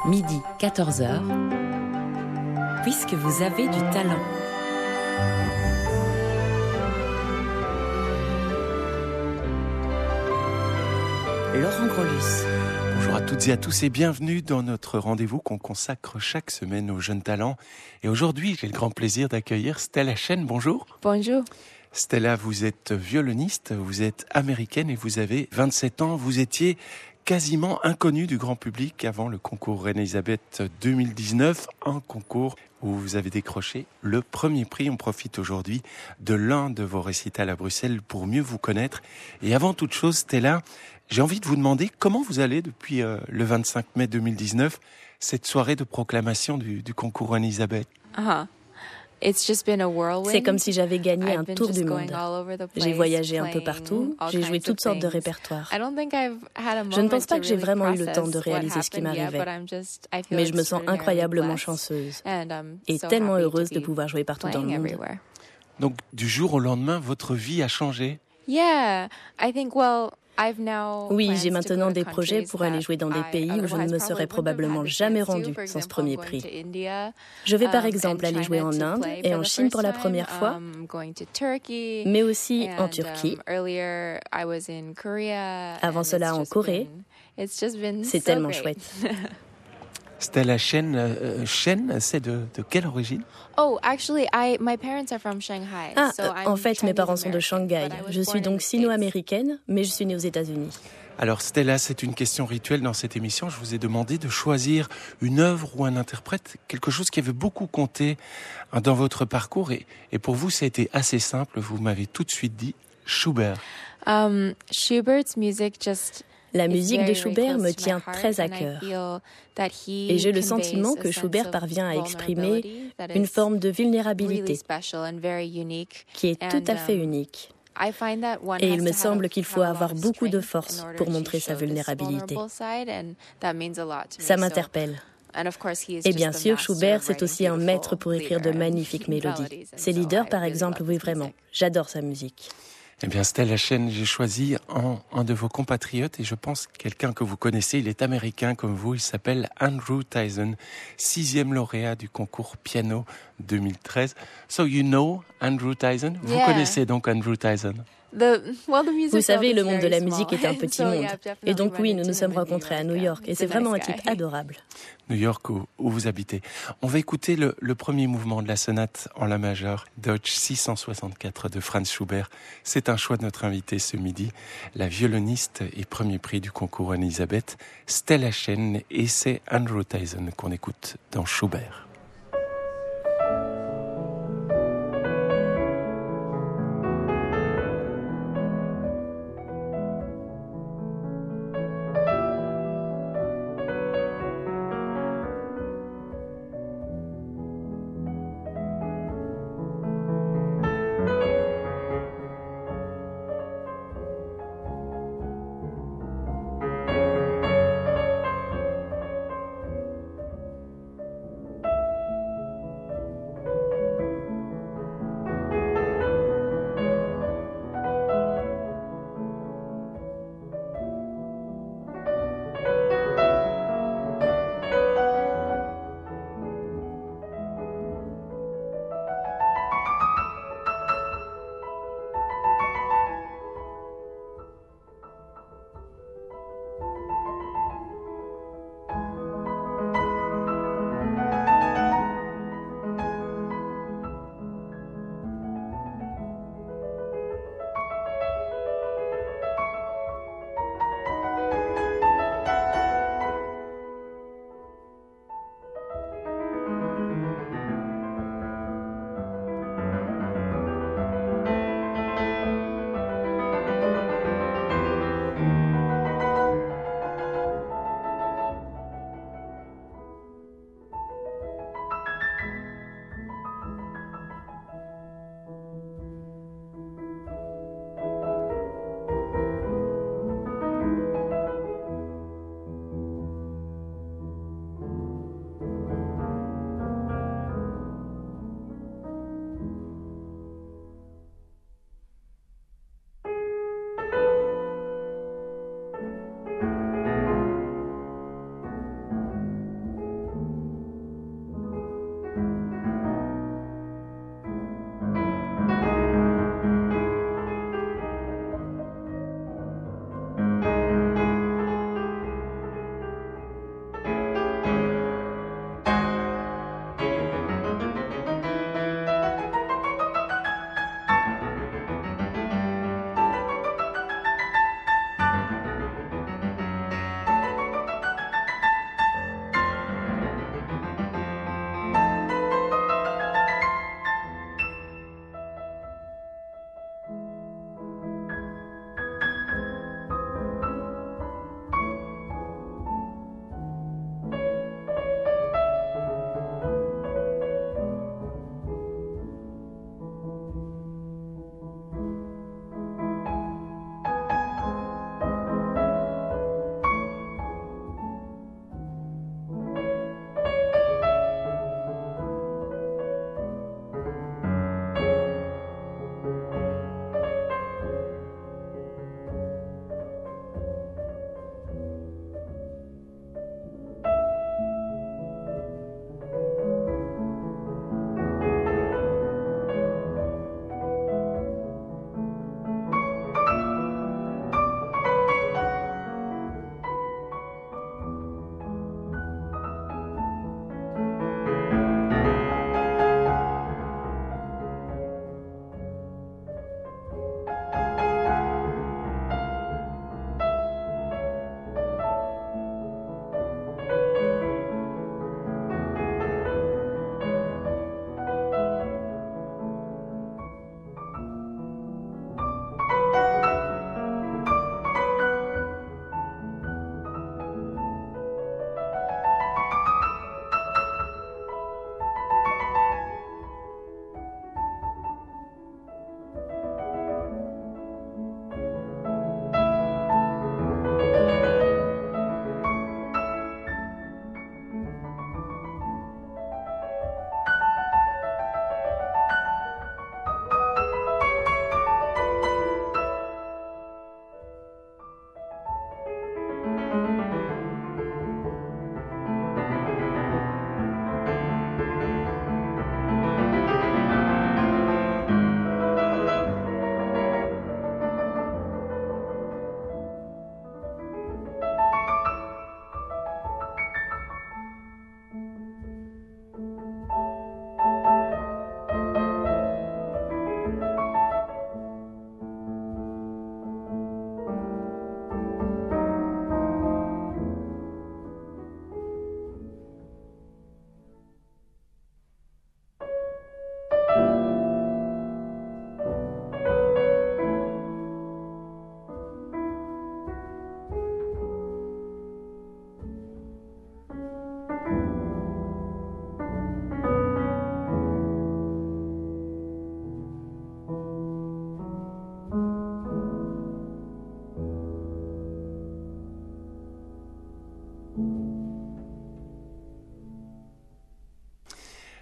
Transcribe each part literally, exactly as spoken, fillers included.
midi quatorze heures, puisque vous avez du talent. Laurent Grolus. Bonjour à toutes et à tous et bienvenue dans notre rendez-vous qu'on consacre chaque semaine aux jeunes talents. Et aujourd'hui, j'ai le grand plaisir d'accueillir Stella Chen. Bonjour. Bonjour. Stella, vous êtes violoniste, vous êtes américaine et vous avez vingt-sept ans. Vous étiez quasiment inconnue du grand public avant le concours Reine-Elisabeth deux mille dix-neuf, un concours où vous avez décroché le premier prix. On profite aujourd'hui de l'un de vos récitals à Bruxelles pour mieux vous connaître. Et avant toute chose, Stella, j'ai envie de vous demander comment vous allez depuis euh, le vingt-cinq mai deux mille dix-neuf, cette soirée de proclamation du, du concours Reine-Elisabeth. Uh-huh. C'est comme si j'avais gagné un tour du monde. J'ai voyagé un peu partout, j'ai joué toutes sortes de répertoires. Je ne pense pas que j'ai vraiment eu le temps de réaliser ce qui m'arrivait, mais je me sens incroyablement chanceuse et tellement heureuse de pouvoir jouer partout dans le monde. Donc, du jour au lendemain, votre vie a changé? Oui, j'ai maintenant des projets pour aller jouer dans des pays où je ne me serais probablement jamais rendue sans ce premier prix. Je vais par exemple aller jouer en Inde et en Chine pour la première fois, mais aussi en Turquie. Avant cela en Corée. C'est tellement chouette. Stella Chen, euh, Chen, c'est de, de quelle origine? Oh, actually, I, my parents are from Shanghai. Ah, so en fait, mes parents sont de Shanghai. Je suis donc sino-américaine, mais je suis née aux États-Unis. Alors Stella, c'est une question rituelle dans cette émission. Je vous ai demandé de choisir une œuvre ou un interprète, quelque chose qui avait beaucoup compté dans votre parcours. Et, et pour vous, ça a été assez simple. Vous m'avez tout de suite dit Schubert. Um, Schubert's music just... La musique de Schubert me tient très à cœur. Et j'ai le sentiment que Schubert parvient à exprimer une forme de vulnérabilité qui est tout à fait unique. Et il me semble qu'il faut avoir beaucoup de force pour montrer sa vulnérabilité. Ça m'interpelle. Et bien sûr, Schubert, c'est aussi un maître pour écrire de magnifiques mélodies. Ses leaders, par exemple, oui, vraiment. J'adore sa musique. Eh bien, Stella Chen, j'ai choisi un, un de vos compatriotes et je pense quelqu'un que vous connaissez. Il est américain comme vous. Il s'appelle Andrew Tyson, sixième lauréat du concours piano deux mille treize. So you know Andrew Tyson? Vous Yeah. connaissez donc Andrew Tyson? The, well, the music Vous savez, le monde de la musique est un petit monde. Et donc oui, nous nous sommes rencontrés à New York. Et c'est vraiment un type adorable. New York, où, où vous habitez. On va écouter le, le premier mouvement de la sonate en la majeure, Deutsch six cent soixante-quatre de Franz Schubert. C'est un choix de notre invité ce midi, la violoniste et premier prix du concours Reine-Elisabeth, Stella Chen, et c'est Andrew Tyson qu'on écoute dans Schubert.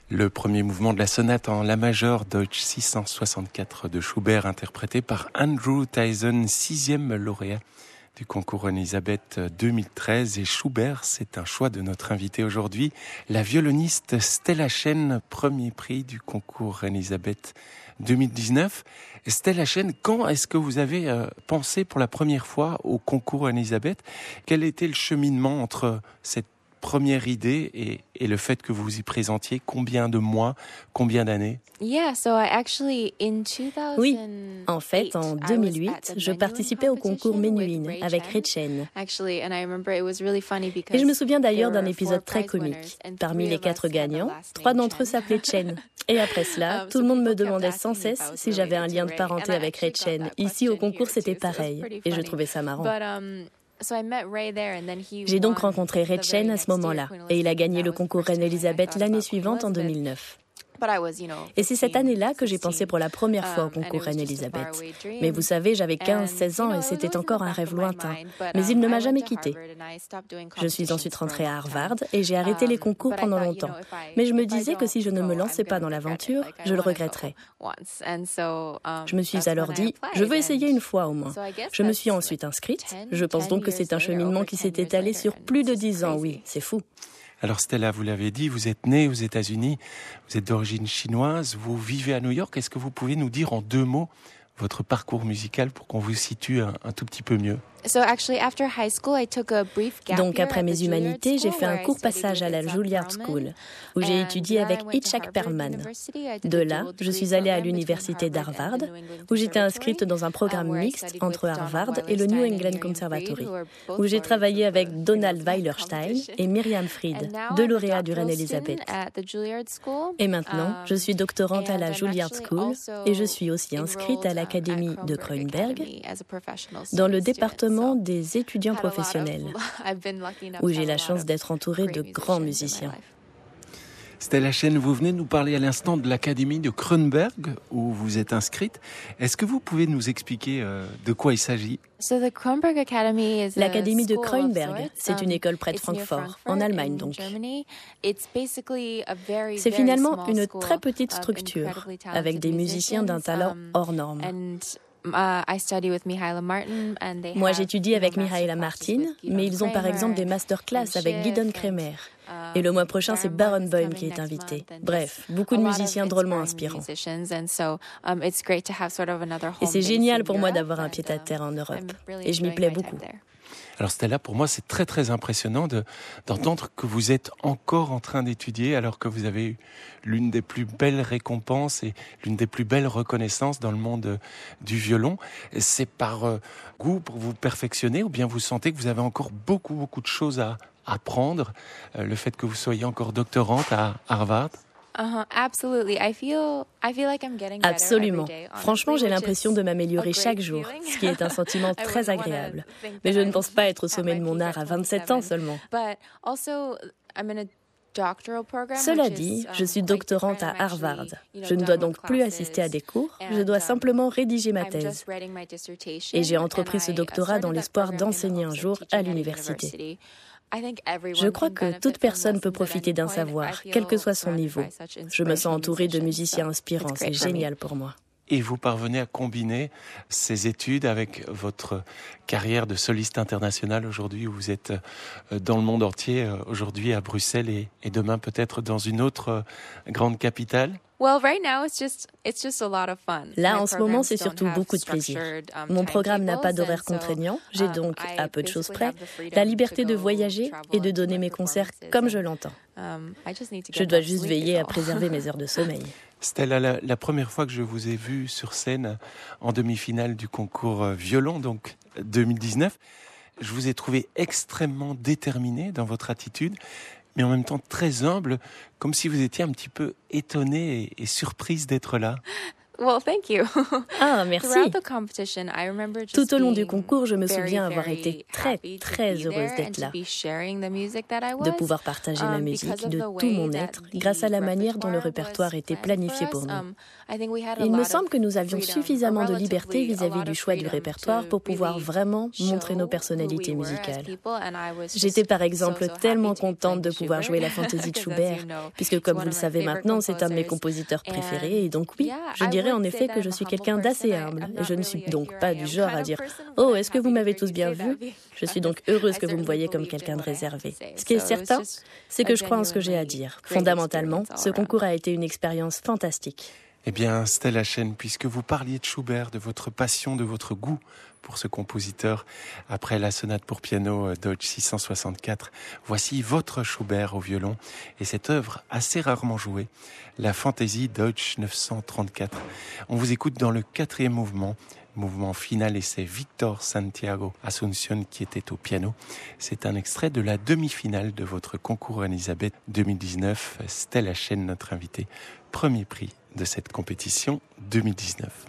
Le premier mouvement de la sonate en la majeur Deutsch six cent soixante-quatre de Schubert, interprété par Andrew Tyson, sixième lauréat du concours René-Elisabeth deux mille treize. Et Schubert, c'est un choix de notre invité aujourd'hui, la violoniste Stella Chen, premier prix du concours René-Elisabeth deux mille dix-neuf. Stella Chen, quand est-ce que vous avez euh, pensé pour la première fois au concours René-Elisabeth? Quel était le cheminement entre cette première idée et, et le fait que vous vous y présentiez? Combien de mois, combien d'années? Oui, en fait, en deux mille huit, je participais au concours Menuhin avec Ray Chen. Et je me souviens d'ailleurs d'un épisode très comique. Parmi les quatre gagnants, trois d'entre eux s'appelaient Chen. Et après cela, tout le monde me demandait sans cesse si j'avais un lien de parenté avec Ray Chen. Ici, au concours, c'était pareil. Et je trouvais ça marrant. J'ai donc rencontré Ray Chen à ce moment-là, et il a gagné le concours René-Elisabeth l'année suivante en deux mille neuf. Et c'est cette année-là que j'ai pensé pour la première fois au concours René-Elisabeth. Mais vous savez, j'avais quinze seize ans et c'était encore un rêve lointain. Mais il ne m'a jamais quittée. Je suis ensuite rentrée à Harvard et j'ai arrêté les concours pendant longtemps. Mais je me disais que si je ne me lançais pas dans l'aventure, je le regretterais. Je me suis alors dit, je veux essayer une fois au moins. Je me suis ensuite inscrite. Je pense donc que c'est un cheminement qui s'est étalé sur plus de dix ans, oui, c'est fou. Alors Stella, vous l'avez dit, vous êtes née aux États-Unis, vous êtes d'origine chinoise, vous vivez à New York. Est-ce que vous pouvez nous dire en deux mots votre parcours musical pour qu'on vous situe un, un tout petit peu mieux? Donc après mes humanités, j'ai fait un court passage à la Juilliard School, où j'ai étudié avec Itzhak Perlman. De là, je suis allée à l'université d'Harvard, où j'étais inscrite dans un programme mixte entre Harvard et le New England Conservatory, où j'ai travaillé avec Donald Weilerstein et Miriam Fried, deux lauréats du René-Elisabeth. Et maintenant, je suis doctorante à la Juilliard School et je suis aussi inscrite à l'Académie de Kreuzberg, dans le département des étudiants professionnels, où j'ai la chance d'être entourée de grands musiciens. Stella Chen, vous venez de nous parler à l'instant de l'Académie de Kreuzberg, où vous êtes inscrite. Est-ce que vous pouvez nous expliquer euh, de quoi il s'agit? L'Académie de Kreuzberg, c'est une école près de Francfort, en Allemagne donc. C'est finalement une très petite structure, avec des musiciens d'un talent hors norme. Moi, j'étudie avec Mihaela Martin, mais ils ont par exemple des masterclass avec Gidon Kremer. Et le mois prochain, c'est Barenboim qui est invité. Bref, beaucoup de musiciens drôlement inspirants. Et c'est génial pour moi d'avoir un pied-à-terre en Europe. Et je m'y plais beaucoup. Alors Stella, pour moi, c'est très très impressionnant de, d'entendre que vous êtes encore en train d'étudier alors que vous avez eu l'une des plus belles récompenses et l'une des plus belles reconnaissances dans le monde du violon. C'est par euh, goût pour vous perfectionner ou bien vous sentez que vous avez encore beaucoup beaucoup de choses à apprendre, euh, le fait que vous soyez encore doctorante à Harvard? Absolument. Franchement, j'ai l'impression de m'améliorer chaque jour, ce qui est un sentiment très agréable. Mais je ne pense pas être au sommet de mon art à vingt-sept ans seulement. Cela dit, je suis doctorante à Harvard. Je ne dois donc plus assister à des cours, je dois simplement rédiger ma thèse. Et j'ai entrepris ce doctorat dans l'espoir d'enseigner un jour à l'université. Je crois que toute personne peut profiter d'un savoir, quel que soit son niveau. Je me sens entourée de musiciens inspirants, c'est génial pour moi. Et vous parvenez à combiner ces études avec votre carrière de soliste international aujourd'hui, où vous êtes dans le monde entier, aujourd'hui à Bruxelles et, et demain peut-être dans une autre grande capitale? Là, en ce moment, c'est surtout beaucoup de plaisir. Mon programme n'a pas d'horaire contraignant. J'ai donc, à peu de choses près, la liberté de voyager et de donner mes concerts comme je l'entends. Je dois juste veiller à préserver mes heures de sommeil. Stella, la, la première fois que je vous ai vu sur scène en demi-finale du concours violon, donc deux mille dix-neuf, je vous ai trouvé extrêmement déterminé dans votre attitude, mais en même temps très humble, comme si vous étiez un petit peu étonnée et, et surprise d'être là. Well, thank you. Ah, merci. Tout au long du concours, je me souviens avoir été très, très heureuse d'être là, de pouvoir partager ma musique de tout mon être grâce à la manière dont le répertoire était planifié pour nous. Il me semble que nous avions suffisamment de liberté vis-à-vis du choix du répertoire pour pouvoir vraiment montrer nos personnalités musicales. J'étais par exemple tellement contente de pouvoir jouer la fantaisie de Schubert, puisque comme vous le savez maintenant, c'est un de mes compositeurs préférés, et donc oui, je dirais en effet que je suis quelqu'un d'assez humble, et je ne suis donc pas du genre à dire « Oh, est-ce que vous m'avez tous bien vu ?» Je suis donc heureuse que vous me voyez comme quelqu'un de réservé. Ce qui est certain, c'est que je crois en ce que j'ai à dire. Fondamentalement, ce concours a été une expérience fantastique. Eh bien, Stella Chen, puisque vous parliez de Schubert, de votre passion, de votre goût pour ce compositeur, après la sonate pour piano Deutsch six cent soixante-quatre, voici votre Schubert au violon et cette œuvre assez rarement jouée, la fantaisie Deutsch neuf cent trente-quatre. On vous écoute dans le quatrième mouvement, mouvement final, et c'est Victor Santiago Asunción qui était au piano. C'est un extrait de la demi-finale de votre concours Elisabeth deux mille dix-neuf. Stella Chen, notre invitée, premier prix de cette compétition deux mille dix-neuf.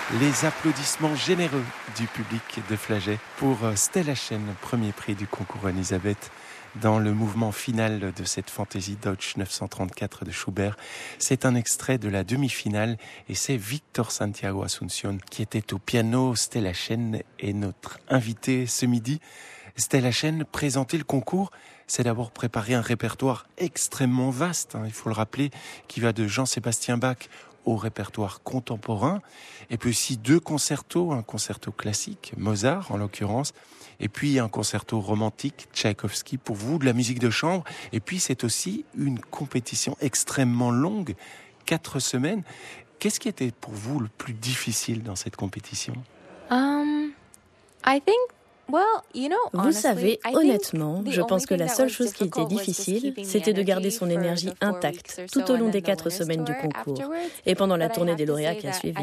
Les applaudissements généreux du public de Flagey pour Stella Chen, premier prix du concours Elisabeth dans le mouvement final de cette fantaisie Deutsch neuf cent trente-quatre de Schubert. C'est un extrait de la demi-finale et c'est Victor Santiago Asuncion qui était au piano. Stella Chen est notre invité ce midi. Stella Chen, présenter le concours, c'est d'abord préparer un répertoire extrêmement vaste, hein, il faut le rappeler, qui va de Jean-Sébastien Bach au répertoire contemporain, et puis aussi deux concertos, un concerto classique, Mozart en l'occurrence, et puis un concerto romantique, Tchaïkovski, pour vous, de la musique de chambre, et puis c'est aussi une compétition extrêmement longue, quatre semaines. Qu'est-ce qui était pour vous le plus difficile dans cette compétition? um, I think Vous savez, honnêtement, je pense que la seule chose qui était difficile, c'était de garder son énergie intacte tout au long des quatre semaines du concours et pendant la tournée des lauréats qui a suivi.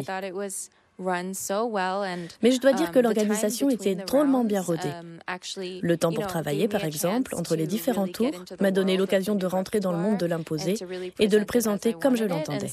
Mais je dois dire que l'organisation était drôlement bien rodée. Le temps pour travailler, par exemple, entre les différents tours, m'a donné l'occasion de rentrer dans le monde de l'imposé et de le présenter comme je l'entendais.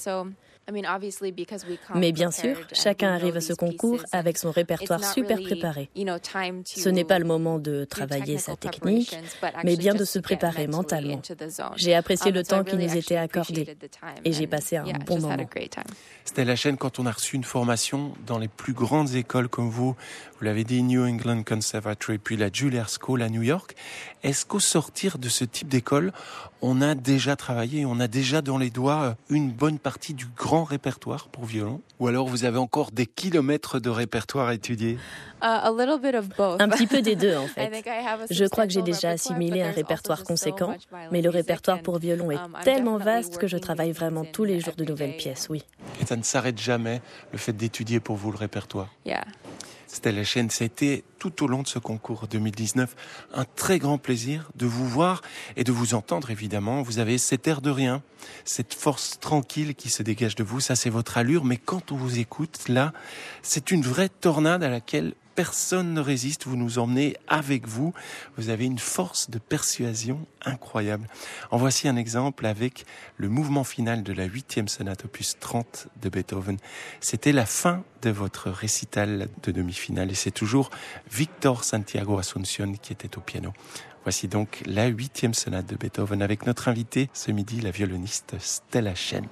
Mais bien sûr, chacun arrive à ce concours avec son répertoire super préparé. Ce n'est pas le moment de travailler sa technique, mais bien de se préparer mentalement. J'ai apprécié le temps qui nous était accordé et j'ai passé un bon moment. Stella Chen, quand on a reçu une formation dans les plus grandes écoles comme vous, vous l'avez dit, New England Conservatory, puis la Juilliard School à New York, est-ce qu'au sortir de ce type d'école, on a déjà travaillé, on a déjà dans les doigts une bonne partie du grand répertoire pour violon? Ou alors vous avez encore des kilomètres de répertoire à étudier? Un petit peu des deux, en fait. Je crois que j'ai déjà assimilé un répertoire conséquent, mais le répertoire pour violon est tellement vaste que je travaille vraiment tous les jours de nouvelles pièces, oui. Et ça ne s'arrête jamais, le fait d'étudier pour vous le répertoire? Stella Chen, ça a été tout au long de ce concours deux mille dix-neuf un très grand plaisir de vous voir et de vous entendre, évidemment. Vous avez cet air de rien, cette force tranquille qui se dégage de vous, ça c'est votre allure, mais quand on vous écoute, là, c'est une vraie tornade à laquelle personne ne résiste, vous nous emmenez avec vous, vous avez une force de persuasion incroyable. En voici un exemple avec le mouvement final de la huitième sonate opus trente de Beethoven. C'était la fin de votre récital de demi-finale et c'est toujours Victor Santiago Asuncion qui était au piano. Voici donc la huitième sonate de Beethoven avec notre invitée ce midi, la violoniste Stella Chen.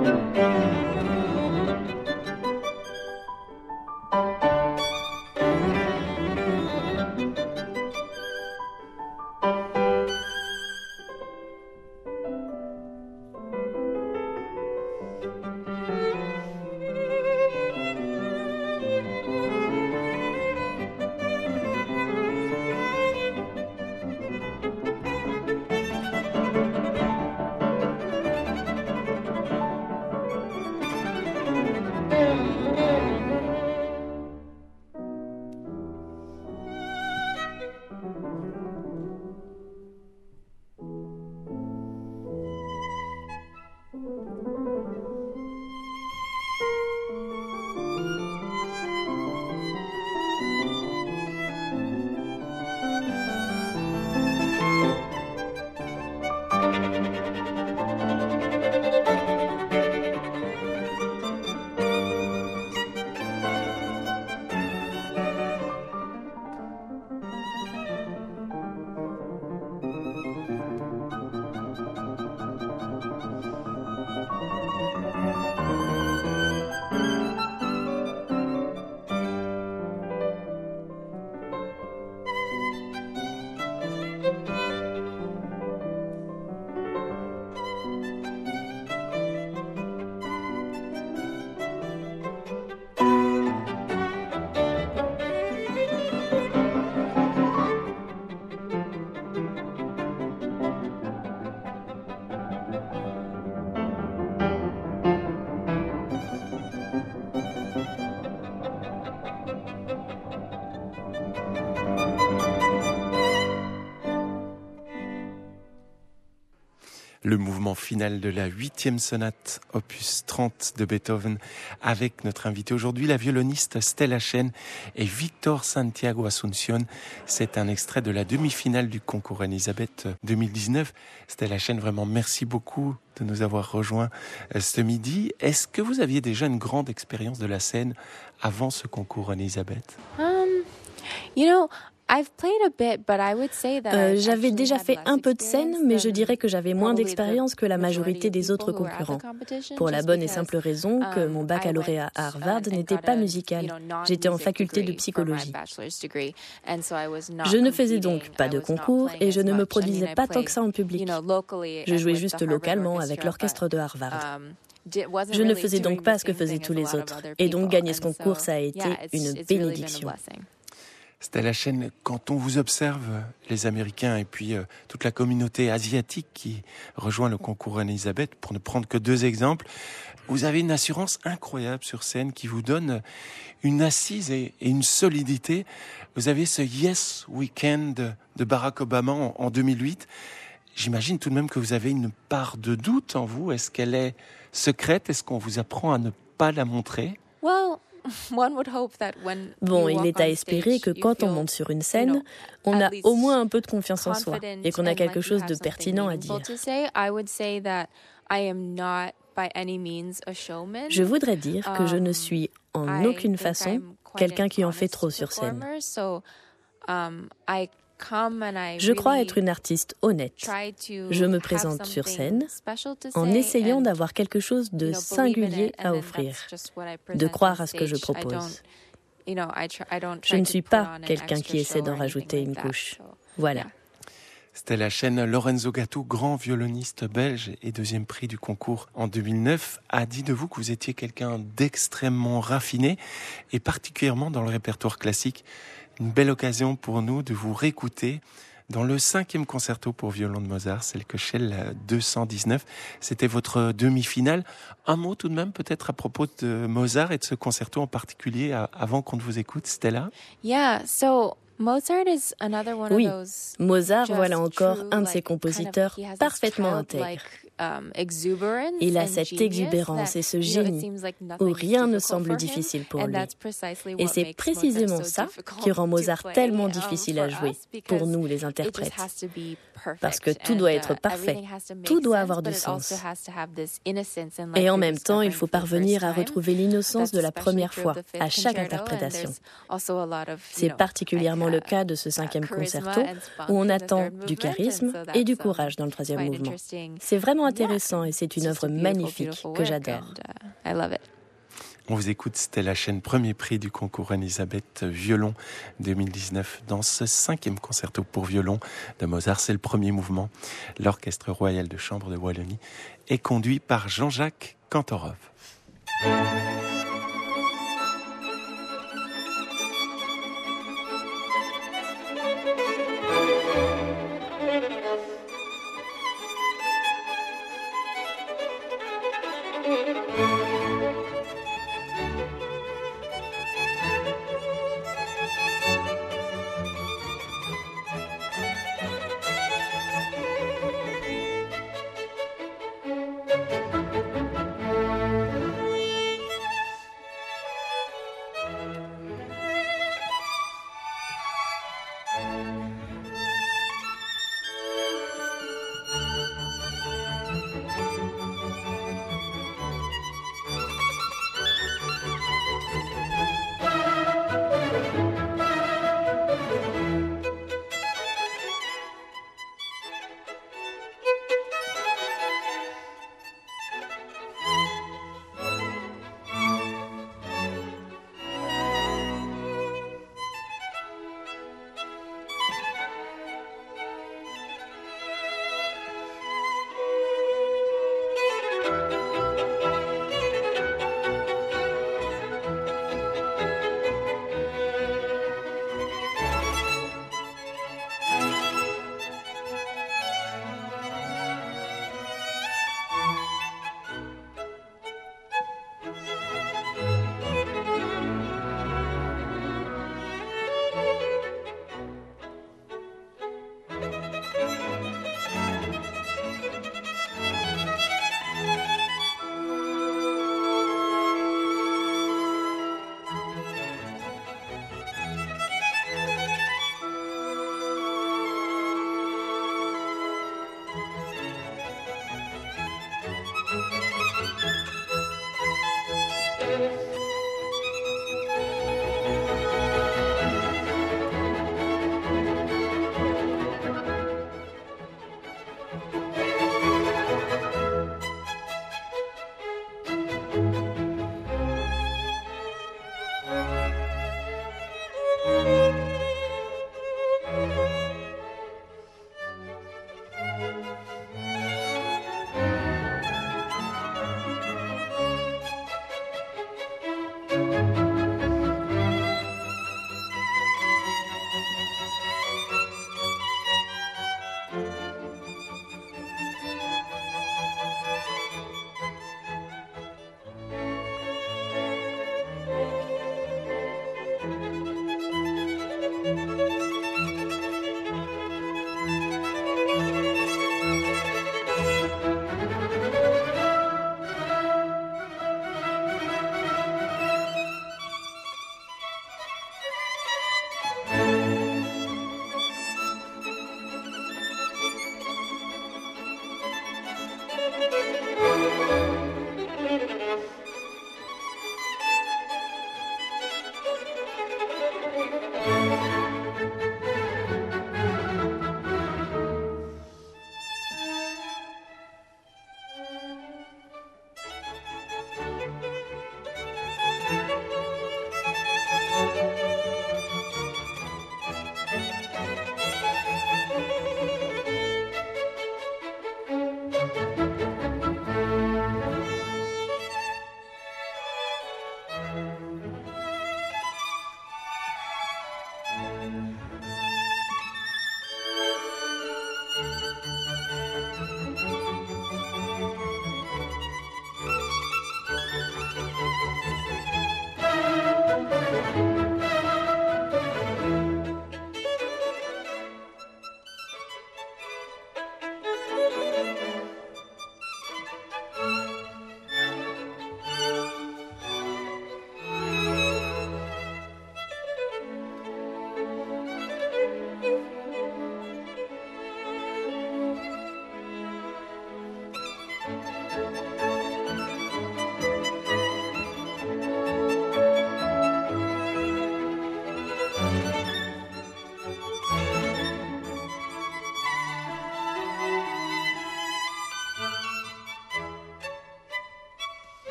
Le mouvement final de la huitième sonate opus trente de Beethoven avec notre invité aujourd'hui, la violoniste Stella Chen et Victor Santiago Asunción. C'est un extrait de la demi-finale du concours Elisabeth deux mille dix-neuf. Stella Chen, vraiment merci beaucoup de nous avoir rejoints ce midi. Est-ce que vous aviez déjà une grande expérience de la scène avant ce concours Elisabeth? Um, you know, Euh, j'avais déjà fait un peu de scène, mais je dirais que j'avais moins d'expérience que la majorité des autres concurrents. Pour la bonne et simple raison que mon baccalauréat à Harvard n'était pas musical. J'étais en faculté de psychologie. Je ne faisais donc pas de concours et je ne me produisais pas tant que ça en public. Je jouais juste localement avec l'orchestre de Harvard. Je ne faisais donc pas ce que faisaient tous les autres. Et donc gagner ce concours, ça a été une bénédiction. Stella Chen, quand on vous observe, les Américains et puis euh, toute la communauté asiatique qui rejoint le concours Elisabeth, pour ne prendre que deux exemples, vous avez une assurance incroyable sur scène qui vous donne une assise et, et une solidité. Vous avez ce Yes We Can de, de Barack Obama en, en deux mille huit. J'imagine tout de même que vous avez une part de doute en vous. Est-ce qu'elle est secrète? Est-ce qu'on vous apprend à ne pas la montrer? Well... Bon, il est à espérer que quand on monte sur une scène, on a au moins un peu de confiance en soi et qu'on a quelque chose de pertinent à dire. Je voudrais dire que je ne suis en aucune façon quelqu'un qui en fait trop sur scène. Je crois être une artiste honnête. Je me présente sur scène en essayant d'avoir quelque chose de singulier à offrir, de croire à ce que je propose. Je ne suis pas quelqu'un qui essaie d'en rajouter une couche. Voilà. Stella Chen, Lorenzo Gatto, grand violoniste belge et deuxième prix du concours en deux mille neuf, a dit de vous que vous étiez quelqu'un d'extrêmement raffiné et particulièrement dans le répertoire classique. Une belle occasion pour nous de vous réécouter dans le cinquième concerto pour violon de Mozart, c'est le Köchel deux cent dix-neuf. C'était votre demi-finale. Un mot tout de même peut-être à propos de Mozart et de ce concerto en particulier avant qu'on ne vous écoute, Stella? Yeah, so Oui, Mozart, voilà encore un de ces compositeurs parfaitement intègres. Il a cette exubérance et ce génie où rien ne semble difficile pour lui. Et c'est précisément ça qui rend Mozart tellement difficile à jouer pour nous, les interprètes. Parce que tout doit être parfait, tout doit avoir du sens. Et en même temps, il faut parvenir à retrouver l'innocence de la première fois à chaque interprétation. C'est particulièrement le cas de ce cinquième concerto où on attend du charisme et du courage dans le troisième mouvement. C'est vraiment intéressant et c'est une œuvre magnifique que j'adore. On vous écoute Stella Chen, premier prix du concours Reine-Elisabeth violon deux mille dix-neuf dans ce cinquième concerto pour violon de Mozart. C'est le premier mouvement. L'Orchestre royal de chambre de Wallonie est conduit par Jean-Jacques Kantorov.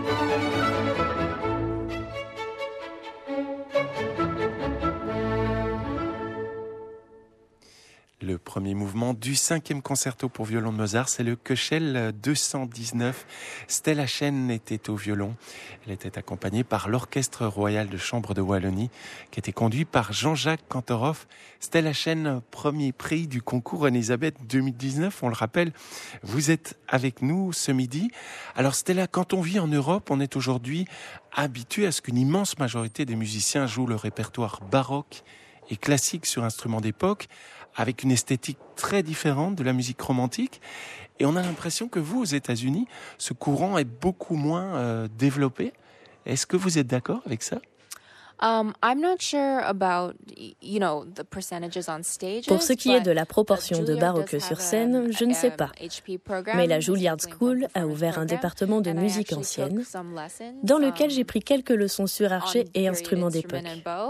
Le premier mouvement du cinquième concerto pour violon de Mozart, c'est le Köchel deux cent dix-neuf. Stella Chen était au violon. Elle était accompagnée par l'Orchestre Royal de Chambre de Wallonie, qui était conduit par Jean-Jacques Kantorov. Stella Chen, premier prix du concours Anne-Elisabeth deux mille dix-neuf, on le rappelle. Vous êtes avec nous ce midi. Alors Stella, quand on vit en Europe, on est aujourd'hui habitué à ce qu'une immense majorité des musiciens jouent le répertoire baroque et classique sur instruments d'époque, avec une esthétique très différente de la musique romantique. Et on a l'impression que vous, aux États-Unis, ce courant est beaucoup moins euh, développé. Est-ce que vous êtes d'accord avec ça? Um, I'm not sure about, you know, the percentages on stages, Pour ce qui est de la proportion de baroque sur scène, je ne sais pas. Mais la Juilliard School a ouvert un département de musique ancienne dans lequel j'ai pris quelques leçons sur archet et instruments d'époque.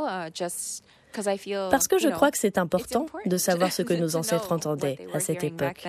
Parce que je crois que c'est important de savoir ce que nos ancêtres entendaient à cette époque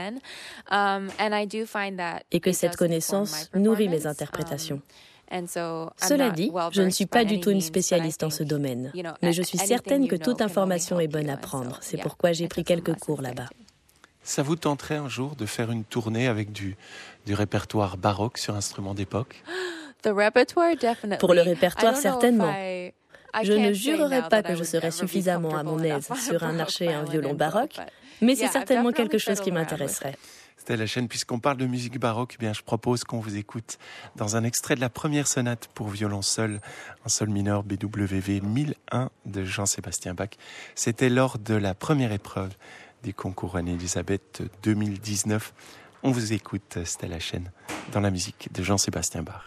et que cette connaissance nourrit mes interprétations. Cela dit, je ne suis pas du tout une spécialiste en ce domaine, mais je suis certaine que toute information est bonne à prendre. C'est pourquoi j'ai pris quelques cours là-bas. Ça vous tenterait un jour de faire une tournée avec du, du répertoire baroque sur instruments d'époque? Pour le répertoire, certainement. Je ne jurerai pas que je serai suffisamment à mon aise sur un archet et un violon baroque, mais c'est certainement quelque chose qui m'intéresserait. Stella Chen, puisqu'on parle de musique baroque, eh bien, je propose qu'on vous écoute dans un extrait de la première sonate pour violon seul, en sol mineur B W V mille un de Jean-Sébastien Bach. C'était lors de la première épreuve du concours Anne-Elisabeth deux mille dix-neuf. On vous écoute, Stella Chen, dans la musique de Jean-Sébastien Bach.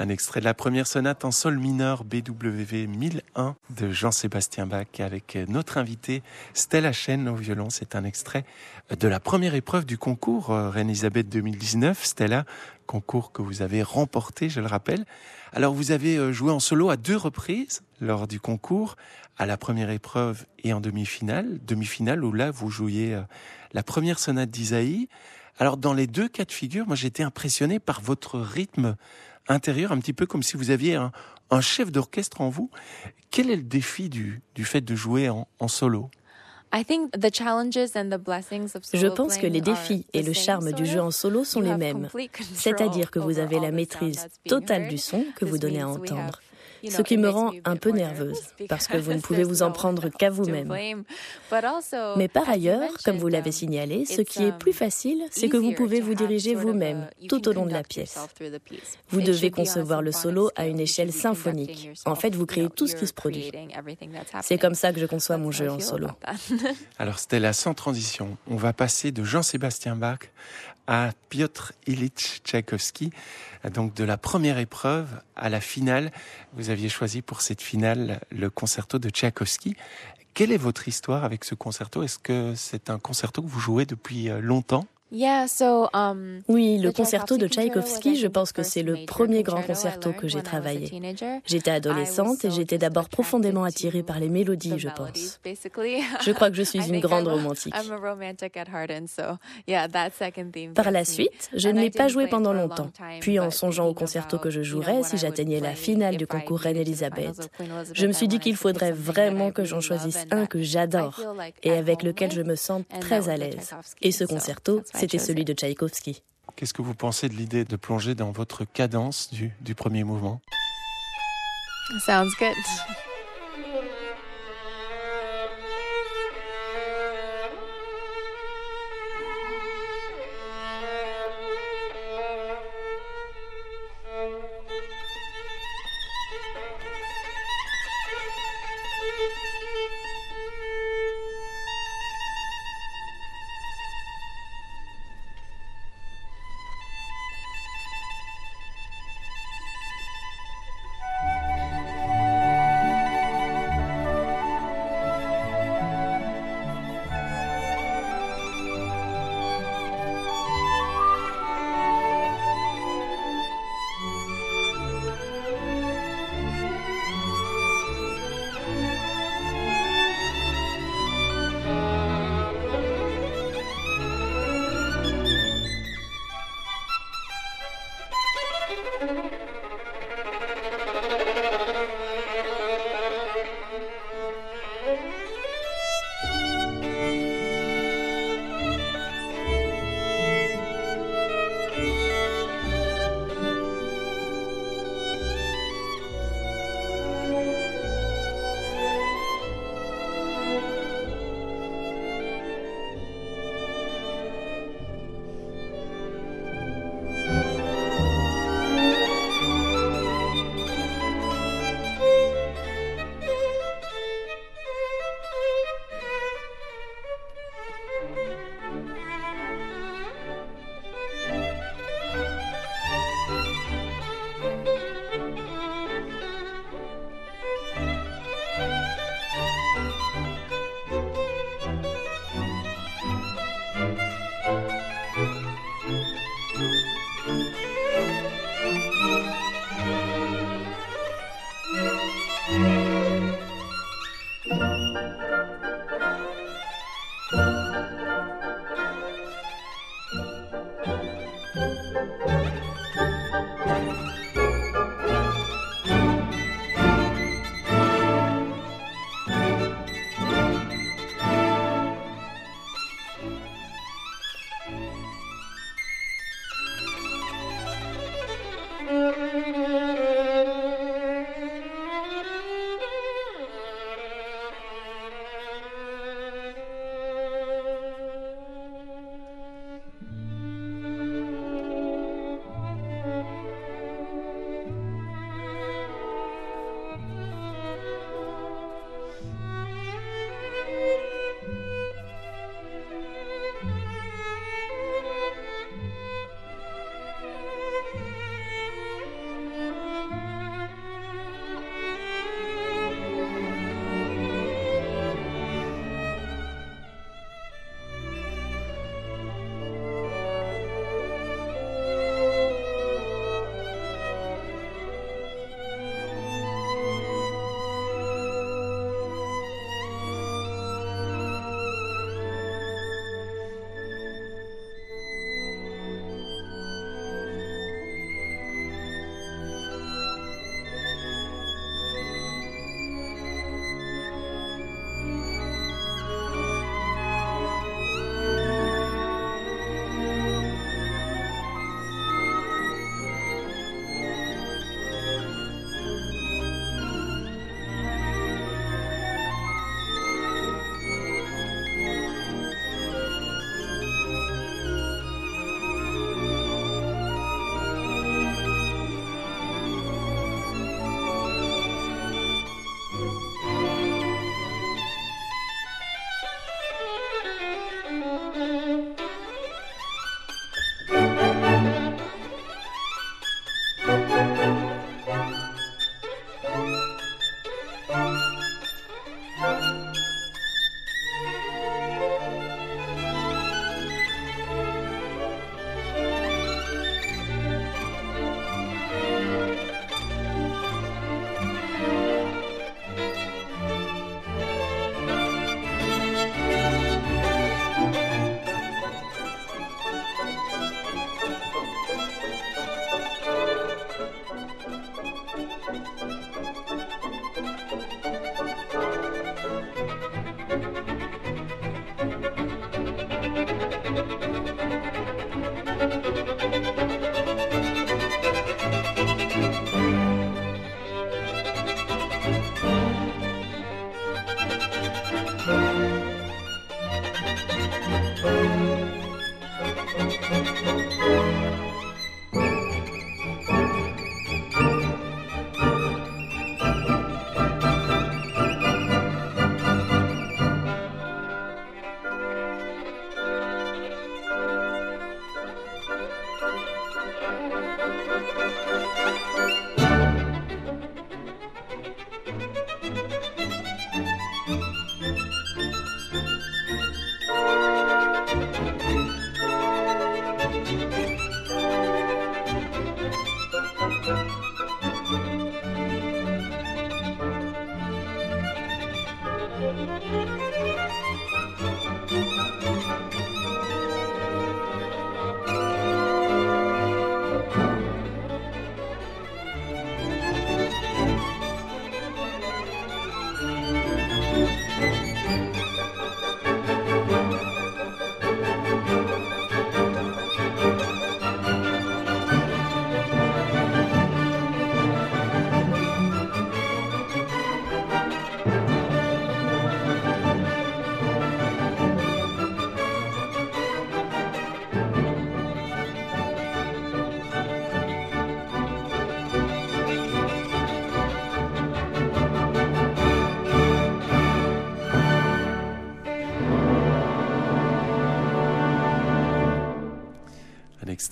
Un extrait de la première sonate en sol mineur B W V mille un de Jean-Sébastien Bach avec notre invitée Stella Chen au violon. C'est un extrait de la première épreuve du concours Reine-Elisabeth deux mille dix-neuf. Stella, concours que vous avez remporté, je le rappelle. Alors vous avez joué en solo à deux reprises lors du concours, à la première épreuve et en demi-finale. Demi-finale où là vous jouiez la première sonate d'Isaïe. Alors dans les deux cas de figure, moi j'étais impressionné par votre rythme intérieur, un petit peu comme si vous aviez un, un chef d'orchestre en vous. Quel est le défi du, du fait de jouer en, en solo ? Je pense que les défis et le charme du jeu en solo sont les mêmes, c'est-à-dire que vous avez la maîtrise totale du son que vous donnez à entendre. Ce qui me rend un peu nerveuse, parce que vous ne pouvez vous en prendre qu'à vous-même. Mais par ailleurs, comme vous l'avez signalé, ce qui est plus facile, c'est que vous pouvez vous diriger vous-même, tout au long de la pièce. Vous devez concevoir le solo à une échelle symphonique. En fait, vous créez tout ce qui se produit. C'est comme ça que je conçois mon jeu en solo. Alors Stella, sans transition, on va passer de Jean-Sébastien Bach à Piotr Ilyich Tchaïkovski, donc de la première épreuve à la finale. Vous aviez choisi pour cette finale le concerto de Tchaïkovski. Quelle est votre histoire avec ce concerto ? Est-ce que c'est un concerto que vous jouez depuis longtemps ? Oui, le concerto de Tchaïkovski, je pense que c'est le premier grand concerto que j'ai travaillé. J'étais adolescente et j'étais d'abord profondément attirée par les mélodies, je pense. Je crois que je suis une grande romantique. Par la suite, je ne l'ai pas joué pendant longtemps. Puis en songeant au concerto que je jouerais si j'atteignais la finale du concours Reine-Elisabeth, je me suis dit qu'il faudrait vraiment que j'en choisisse un que j'adore et avec lequel je me sens très à l'aise. Et ce concerto, c'était celui de Tchaïkovski. Qu'est-ce que vous pensez de l'idée de plonger dans votre cadence du, du premier mouvement ? Sounds good.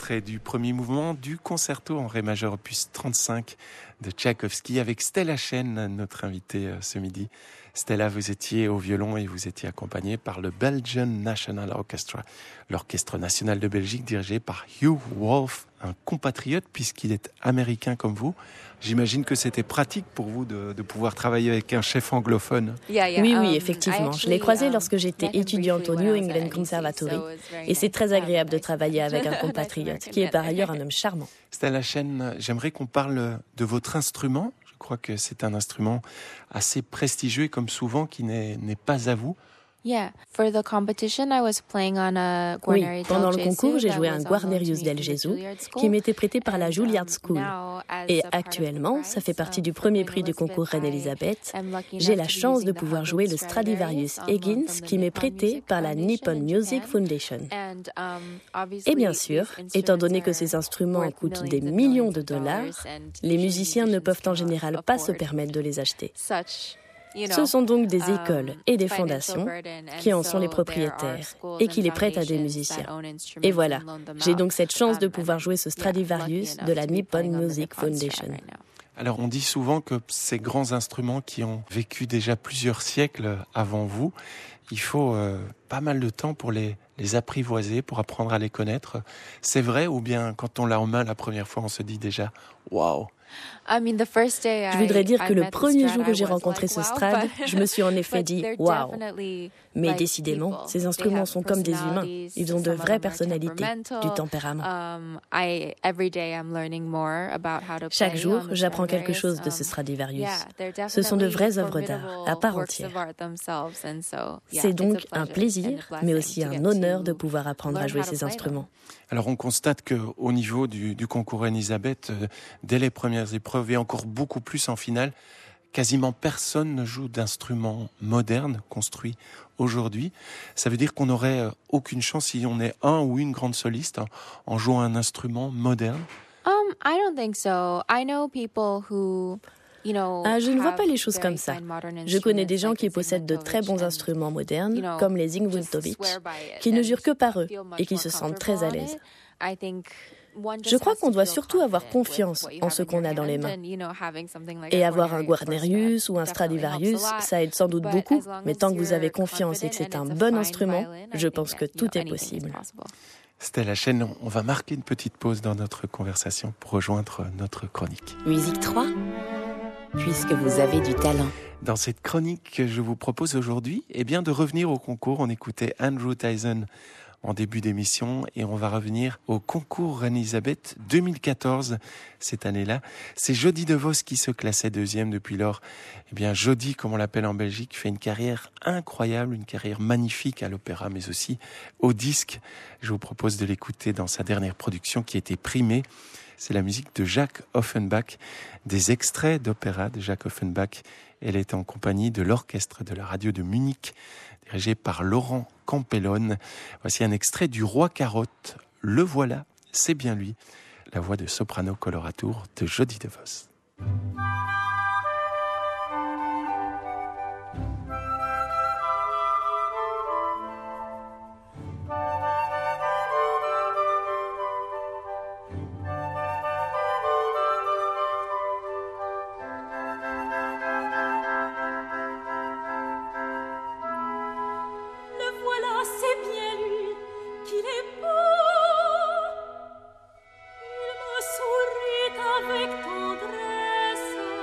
extrait du premier mouvement du concerto en ré majeur opus trente-cinq de Tchaïkovski avec Stella Chen, notre invitée ce midi. Stella, vous étiez au violon et vous étiez accompagnée par le Belgian National Orchestra, l'orchestre national de Belgique dirigé par Hugh Wolf, un compatriote puisqu'il est américain comme vous. J'imagine que c'était pratique pour vous de, de pouvoir travailler avec un chef anglophone. Oui, oui, effectivement. Je l'ai croisé lorsque j'étais étudiante au New England Conservatory et c'est très agréable de travailler avec un compatriote qui est par ailleurs un homme charmant. Stella Chen, j'aimerais qu'on parle de votre instrument. Je crois que c'est un instrument assez prestigieux et comme souvent qui n'est, n'est pas à vous. Oui, pendant le concours, j'ai joué un Guarnerius del Gesù qui m'était prêté par la Juilliard School. Et actuellement, ça fait partie du premier prix du concours Reine-Élisabeth. J'ai la chance de pouvoir jouer le Stradivarius Higgins qui m'est prêté par la Nippon Music Foundation. Et bien sûr, étant donné que ces instruments coûtent des millions de dollars, les musiciens ne peuvent en général pas se permettre de les acheter. Ce sont donc des écoles et des fondations qui en sont les propriétaires et qui les prêtent à des musiciens. Et voilà, j'ai donc cette chance de pouvoir jouer ce Stradivarius de la Nippon Music Foundation. Alors on dit souvent que ces grands instruments qui ont vécu déjà plusieurs siècles avant vous, il faut euh, pas mal de temps pour les, les apprivoiser, pour apprendre à les connaître. C'est vrai ou bien quand on l'a en main la première fois, on se dit déjà « Waouh !» Je voudrais dire que le premier jour où j'ai rencontré ce Strad, je me suis en effet dit « Waouh !» Mais décidément, ces instruments sont comme des humains. Ils ont de vraies personnalités, du tempérament. Chaque jour, j'apprends quelque chose de ce Stradivarius. Ce sont de vraies œuvres d'art, à part entière. C'est donc un plaisir, mais aussi un honneur de pouvoir apprendre à jouer ces instruments. Alors on constate qu'au niveau du, du concours Reine-Élisabeth, euh, dès les premières épreuves et encore beaucoup plus en finale, quasiment personne ne joue d'instruments modernes construits aujourd'hui. Ça veut dire qu'on n'aurait aucune chance si on est un ou une grande soliste en, en jouant un instrument moderne. Um, I don't think so. I know people who... Ah, je ne vois pas les choses comme ça. Je connais des gens qui possèdent de très bons instruments modernes, comme les Zingwiltovich, qui ne jurent que par eux et qui se sentent très à l'aise. Je crois qu'on doit surtout avoir confiance en ce qu'on a dans les mains. Et avoir un Guarnerius ou un Stradivarius, ça aide sans doute beaucoup, mais tant que vous avez confiance et que c'est un bon instrument, je pense que tout est possible. Stella Chen, on va marquer une petite pause dans notre conversation pour rejoindre notre chronique. Musique trois. Puisque vous avez du talent. Dans cette chronique que je vous propose aujourd'hui, eh bien de revenir au concours. On écoutait Andrew Tyson en début d'émission et on va revenir au concours Reine-Élisabeth deux mille quatorze. Cette année-là, c'est Jody DeVos qui se classait deuxième depuis lors. Eh bien Jody, comme on l'appelle en Belgique, fait une carrière incroyable, une carrière magnifique à l'opéra, mais aussi au disque. Je vous propose de l'écouter dans sa dernière production qui a été primée. C'est la musique de Jacques Offenbach, des extraits d'opéra de Jacques Offenbach. Elle est en compagnie de l'orchestre de la radio de Munich, dirigé par Laurent Campellone. Voici un extrait du Roi Carotte. Le voilà, c'est bien lui. La voix de soprano coloratour de Jody DeVos. Avec tendresse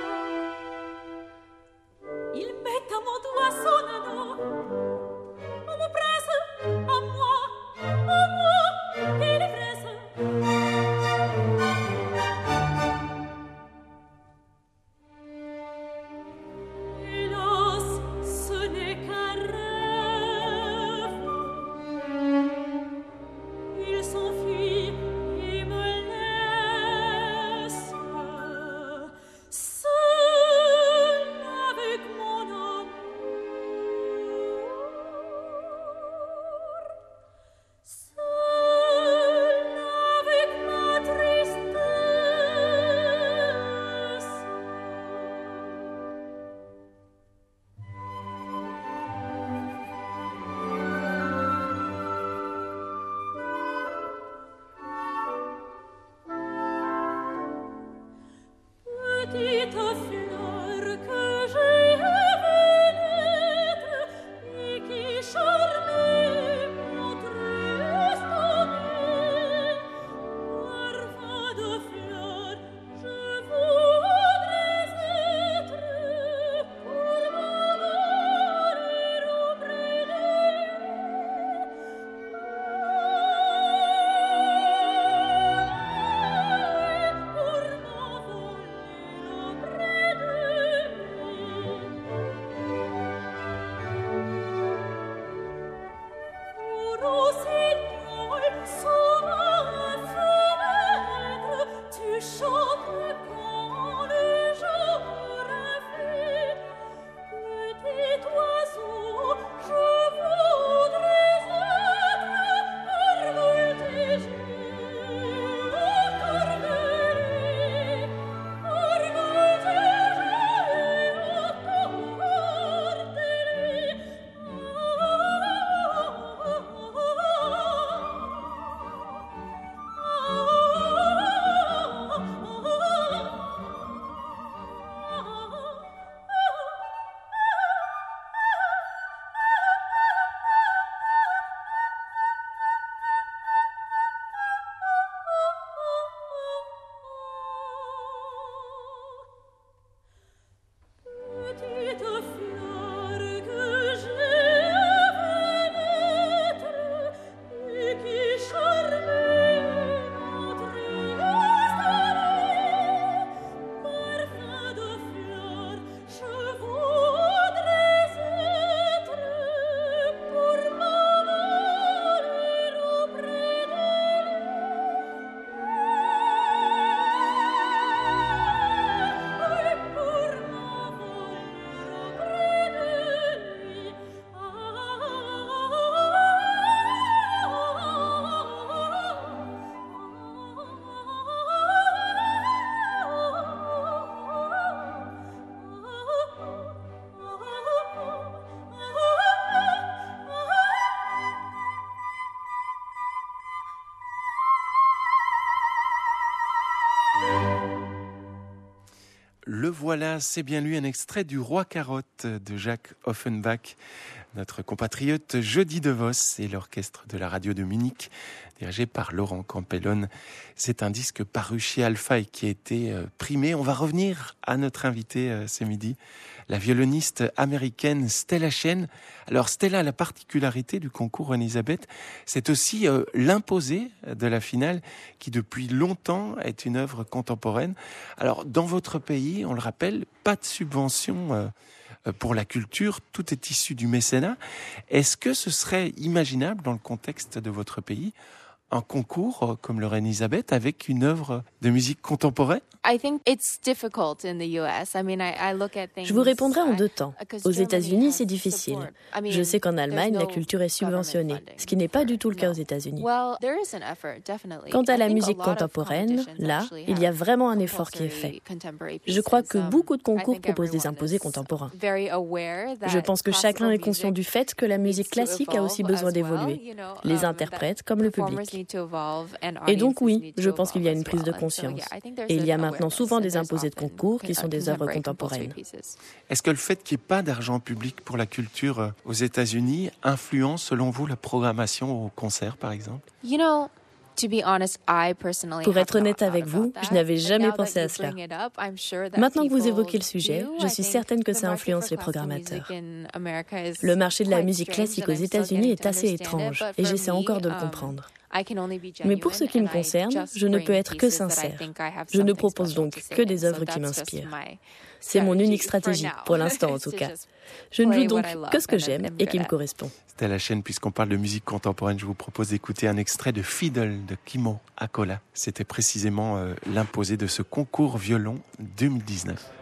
voilà, c'est bien lui, un extrait du Roi Carotte de Jacques Offenbach, notre compatriote Jody DeVos et l'orchestre de la radio de Munich, dirigé par Laurent Campellone. C'est un disque paru chez Alpha et qui a été primé. On va revenir à notre invité ce midi, la violoniste américaine Stella Chen. Alors Stella, la particularité du concours René-Elisabeth, c'est aussi euh, l'imposé de la finale qui depuis longtemps est une œuvre contemporaine. Alors dans votre pays, on le rappelle, pas de subvention euh, pour la culture, tout est issu du mécénat. Est-ce que ce serait imaginable dans le contexte de votre pays un concours comme le René-Elisabeth avec une œuvre de musique contemporaine? Je vous répondrai en deux temps. Aux États-Unis, c'est difficile. Je sais qu'en Allemagne, la culture est subventionnée, ce qui n'est pas du tout le cas aux États-Unis. Quant à la musique contemporaine, là, il y a vraiment un effort qui est fait. Je crois que beaucoup de concours proposent des imposés contemporains. Je pense que chacun est conscient du fait que la musique classique a aussi besoin d'évoluer, les interprètes comme le public. Et donc oui, je pense qu'il y a une prise de conscience. Et il y a maintenant souvent des imposés de concours qui sont des œuvres contemporaines. Est-ce que le fait qu'il n'y ait pas d'argent public pour la culture aux États-Unis influence, selon vous, la programmation au concert, par exemple? Pour être honnête avec vous, je n'avais jamais pensé à cela. Maintenant que vous évoquez le sujet, je suis certaine que ça influence les programmateurs. Le marché de la musique classique aux États-Unis est assez étrange et j'essaie encore de le comprendre. Mais pour ce qui me concerne, je ne peux être que sincère. Je ne propose donc que des œuvres qui m'inspirent. C'est mon unique stratégie, pour l'instant en tout cas. Je ne joue donc que ce que j'aime et qui me correspond. C'était la chaîne, puisqu'on parle de musique contemporaine, je vous propose d'écouter un extrait de Fiddle de Kimo Akola. C'était précisément euh, l'imposé de ce concours violon deux mille dix-neuf.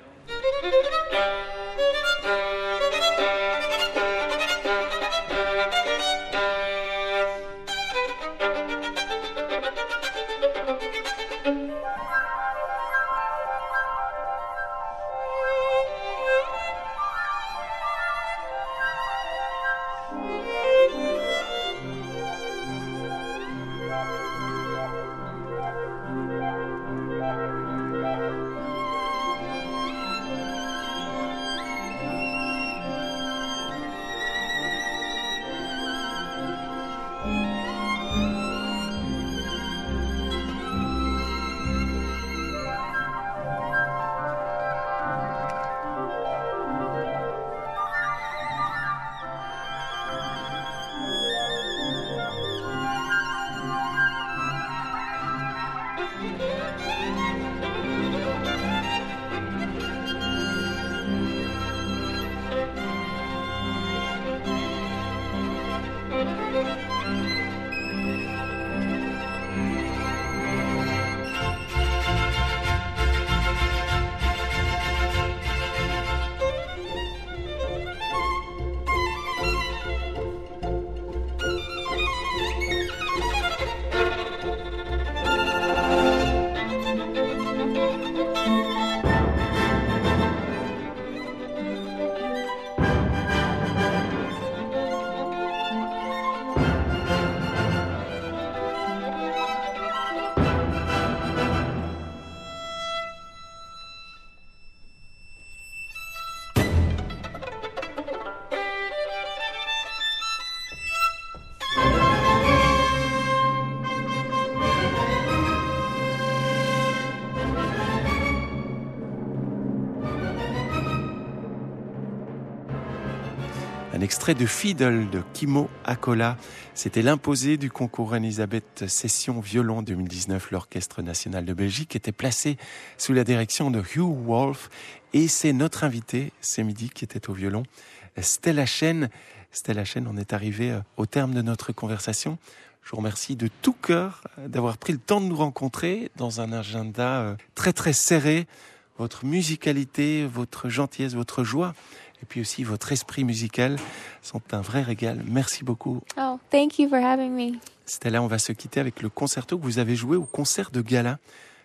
Un extrait de Fiddle de Kimo Akola. C'était l'imposé du concours René-Elisabeth Session Violon deux mille dix-neuf. L'Orchestre National de Belgique était placé sous la direction de Hugh Wolf. Et c'est notre invité ce midi qui était au violon, Stella Chen. Stella Chen, on est arrivé au terme de notre conversation. Je vous remercie de tout cœur d'avoir pris le temps de nous rencontrer dans un agenda très très serré. Votre musicalité, votre gentillesse, votre joie et puis aussi votre esprit musical sont un vrai régal. Merci beaucoup. Oh, thank you for having me. Stella, on va se quitter avec le concerto que vous avez joué au concert de gala.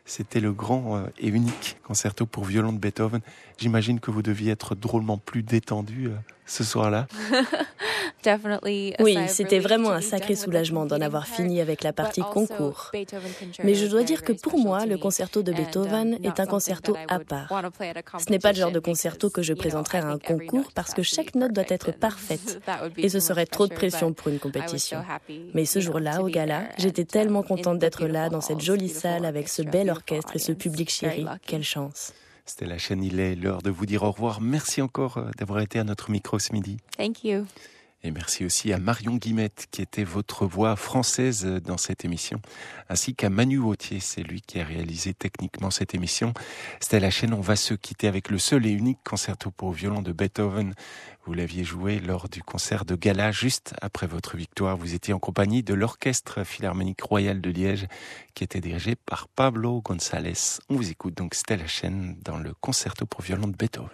C'était le grand et unique concerto pour violon de Beethoven. J'imagine que vous deviez être drôlement plus détendu ce soir-là. Oui, c'était vraiment un sacré soulagement d'en avoir fini avec la partie concours. Mais je dois dire que pour moi, le concerto de Beethoven est un concerto à part. Ce n'est pas le genre de concerto que je présenterai à un concours parce que chaque note doit être parfaite. Et ce serait trop de pression pour une compétition. Mais ce jour-là, au gala, j'étais tellement contente d'être là, dans cette jolie salle, avec ce bel orchestre et ce public chéri. Quelle chance! Stella Chen, il est l'heure de vous dire au revoir. Merci encore d'avoir été à notre micro ce midi. Thank you. Et merci aussi à Marion Guillemette, qui était votre voix française dans cette émission, ainsi qu'à Manu Wautier, c'est lui qui a réalisé techniquement cette émission. Stella Chen, on va se quitter avec le seul et unique concerto pour violon de Beethoven. Vous l'aviez joué lors du concert de gala juste après votre victoire. Vous étiez en compagnie de l'Orchestre Philharmonique Royal de Liège, qui était dirigé par Pablo González. On vous écoute donc Stella Chen dans le concerto pour violon de Beethoven.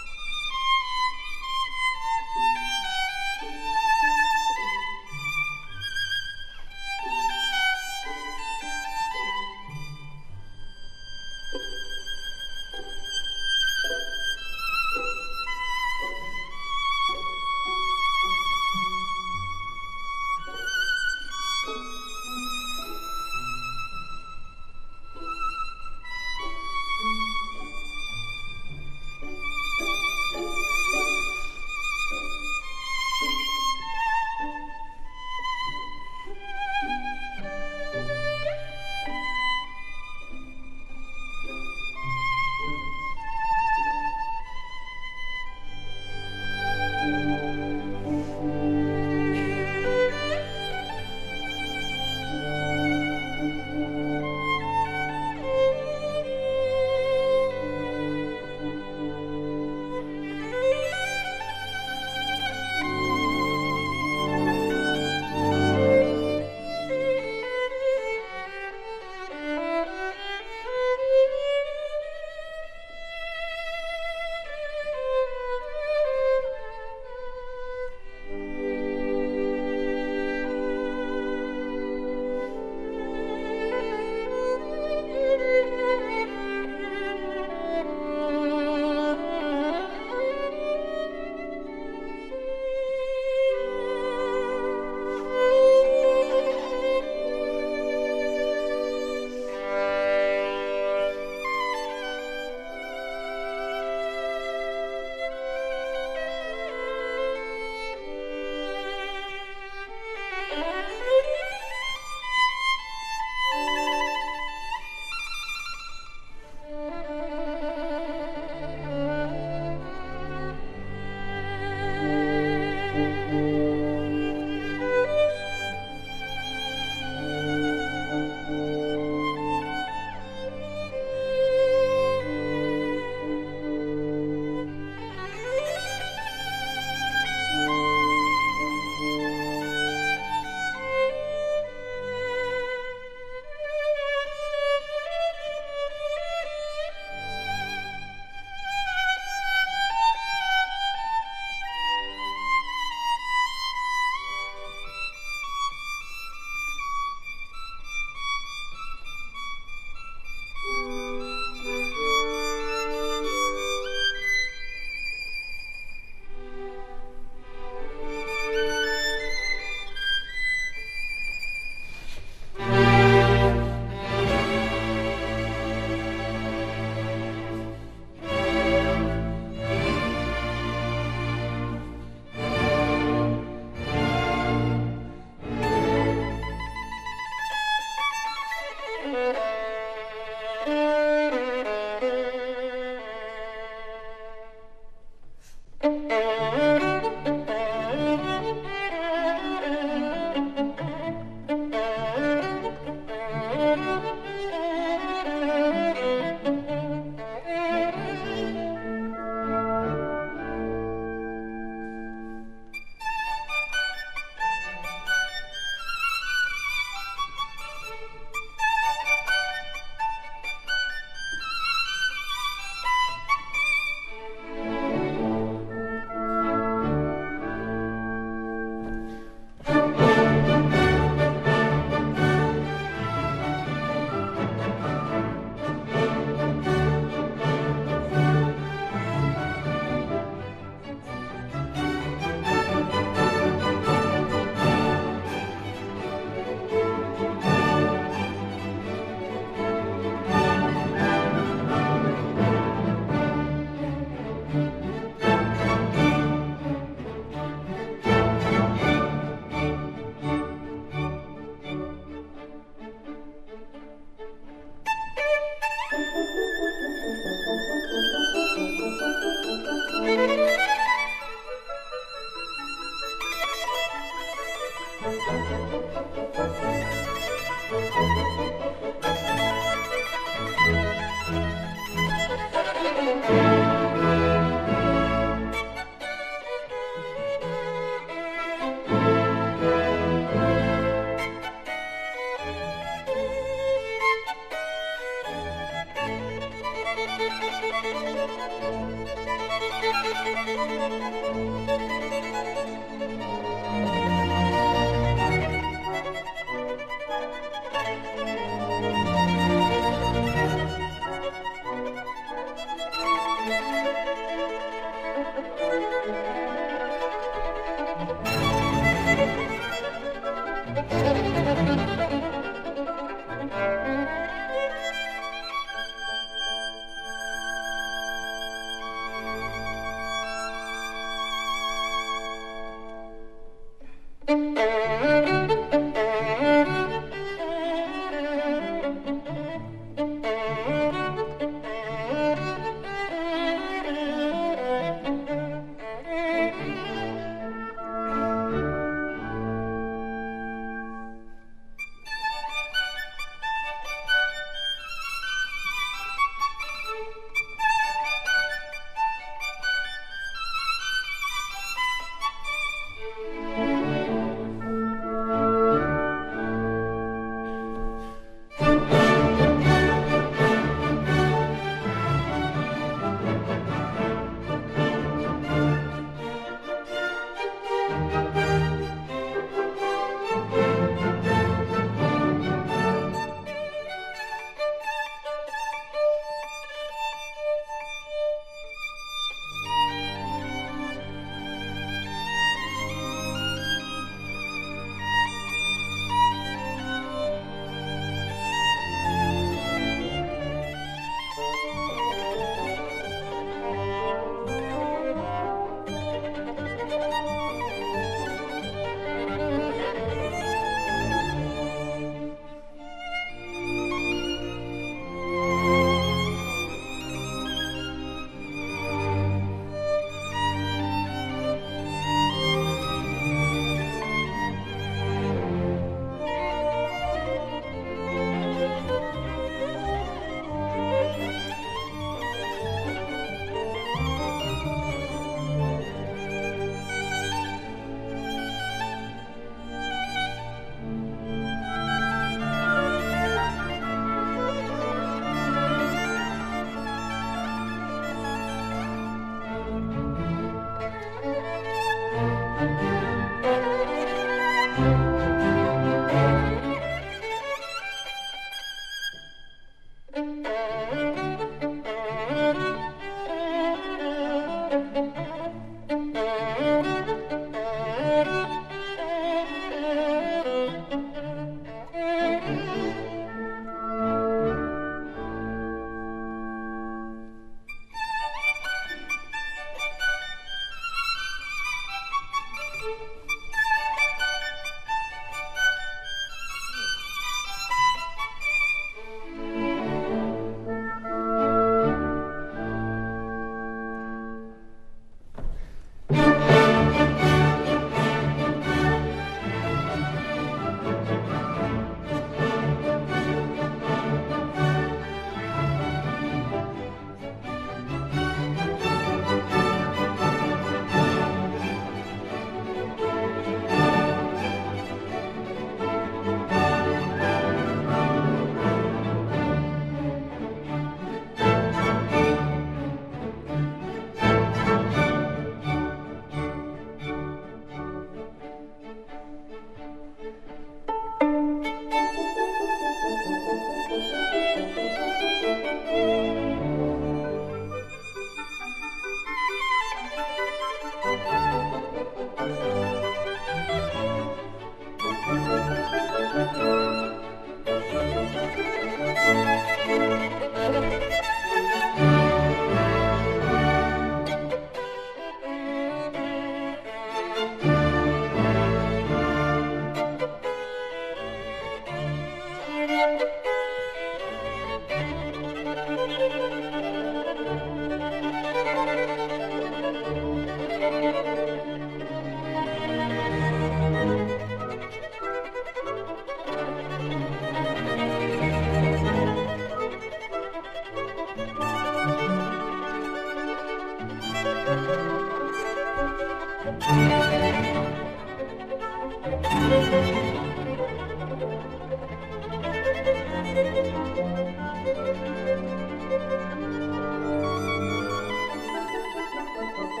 Thank you.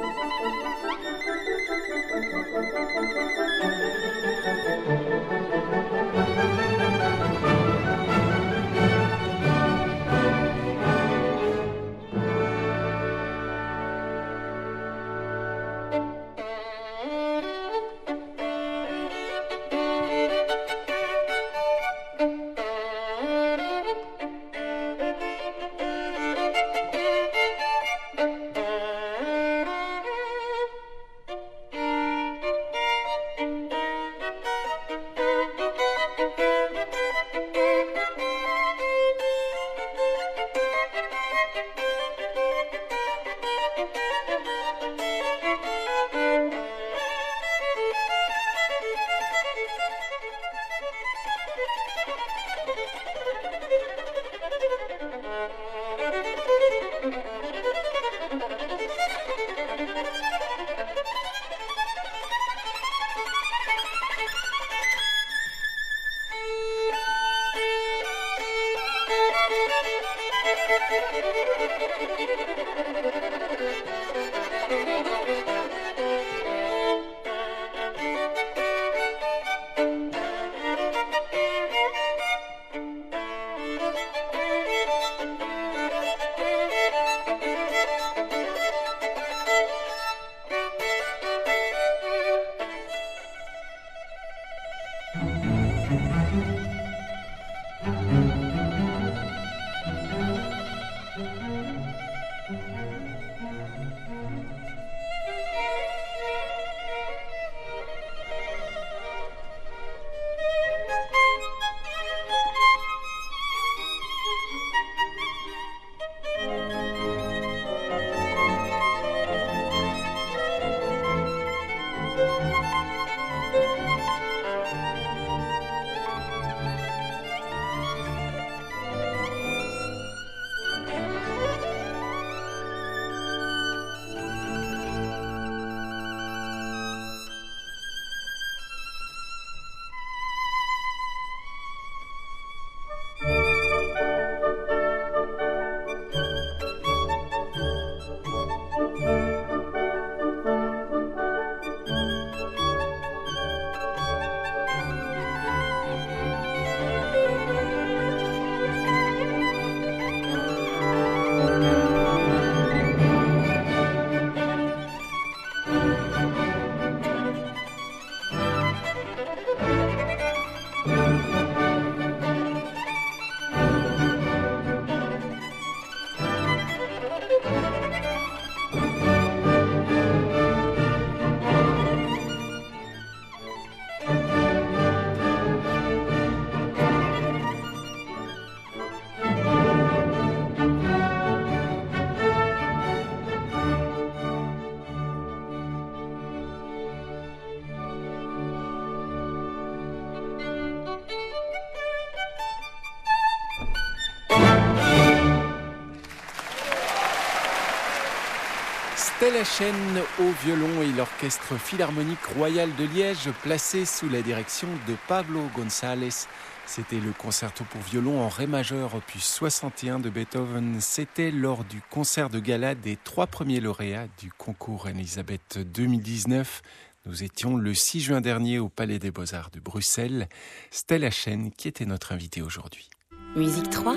Stella Chen au violon et l'Orchestre Philharmonique Royal de Liège, placé sous la direction de Pablo González. C'était le concerto pour violon en ré majeur opus soixante et un de Beethoven. C'était lors du concert de gala des trois premiers lauréats du concours Reine-Elisabeth deux mille dix-neuf. Nous étions le six juin dernier au Palais des Beaux-Arts de Bruxelles. Stella Chen qui était notre invitée aujourd'hui. Musique trois,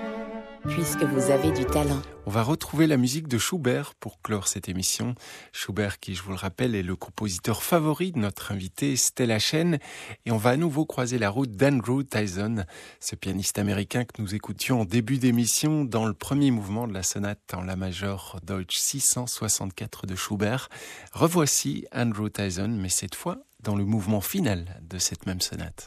puisque vous avez du talent. On va retrouver la musique de Schubert pour clore cette émission. Schubert qui, je vous le rappelle, est le compositeur favori de notre invité Stella Chen. Et on va à nouveau croiser la route d'Andrew Tyson, ce pianiste américain que nous écoutions en début d'émission dans le premier mouvement de la sonate en la majeure Deutsch six cent soixante-quatre de Schubert. Revoici Andrew Tyson, mais cette fois dans le mouvement final de cette même sonate.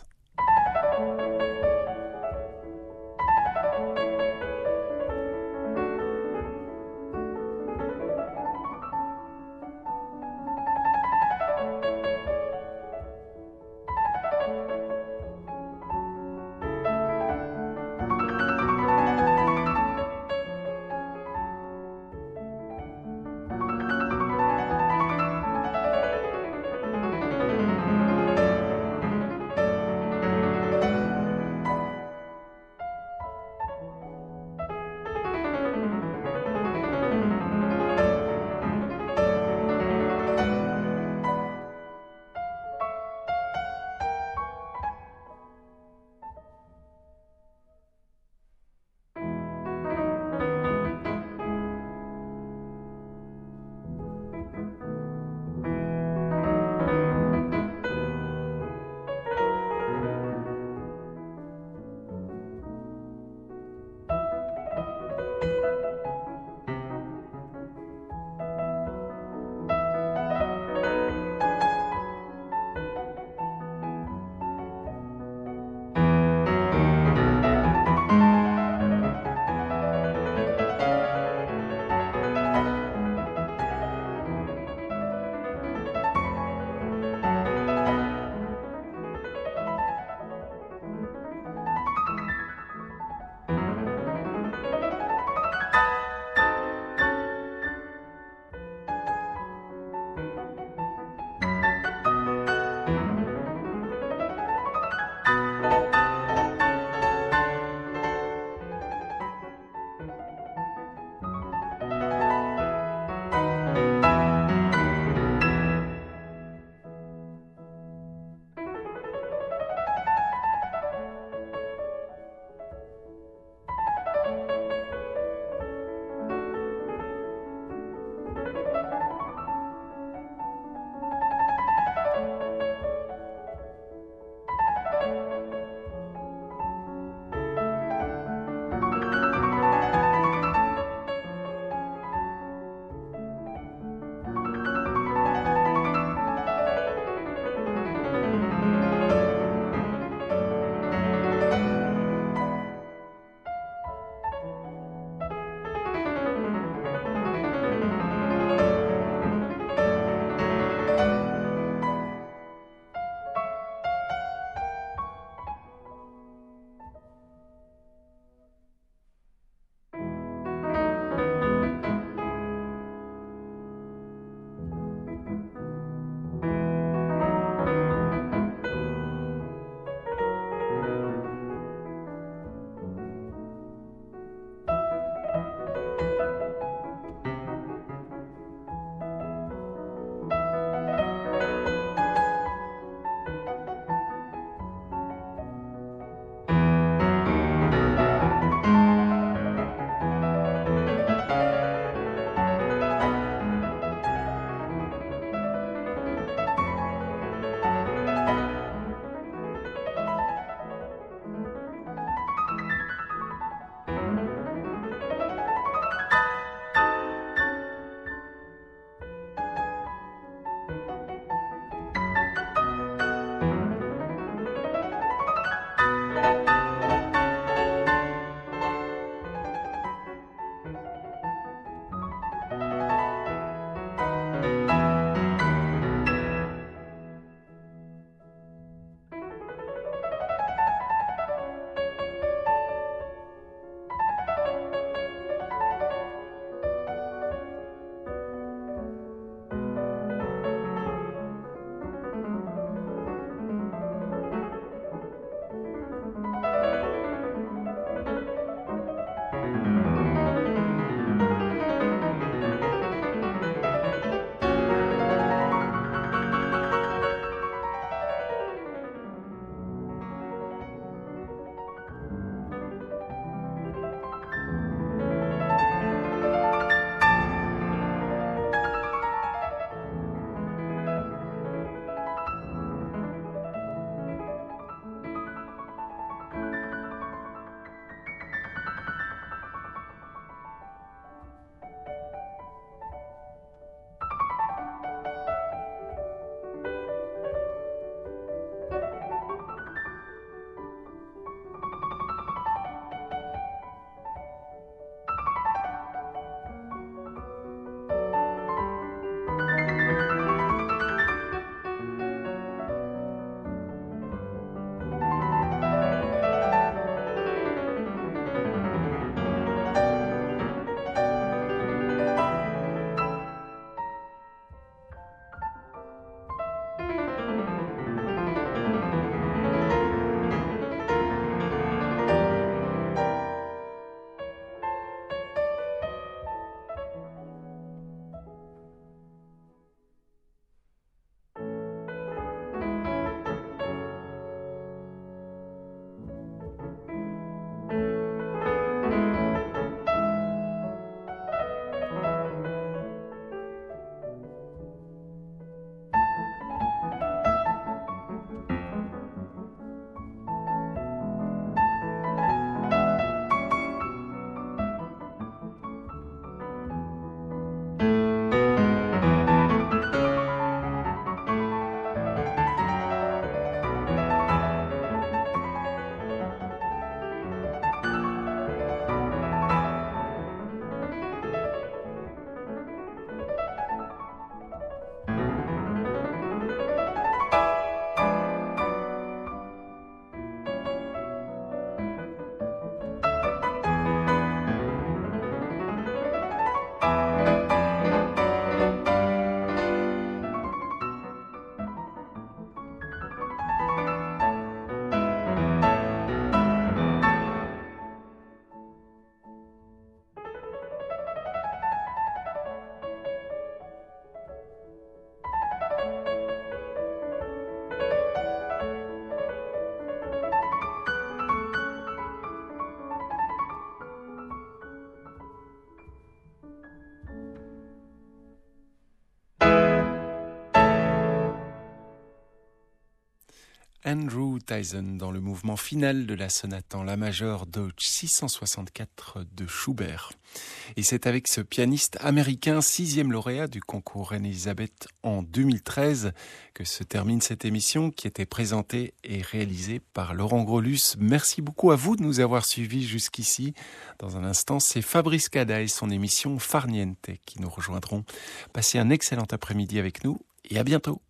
Andrew Tyson dans le mouvement final de la sonate en la majeure Deutsch six cent soixante-quatre de Schubert. Et c'est avec ce pianiste américain, sixième lauréat du concours Reine-Élisabeth en deux mille treize, que se termine cette émission qui était présentée et réalisée par Laurent Grolus. Merci beaucoup à vous de nous avoir suivis jusqu'ici. Dans un instant, c'est Fabrice Cada et son émission Farniente qui nous rejoindront. Passez un excellent après-midi avec nous et à bientôt.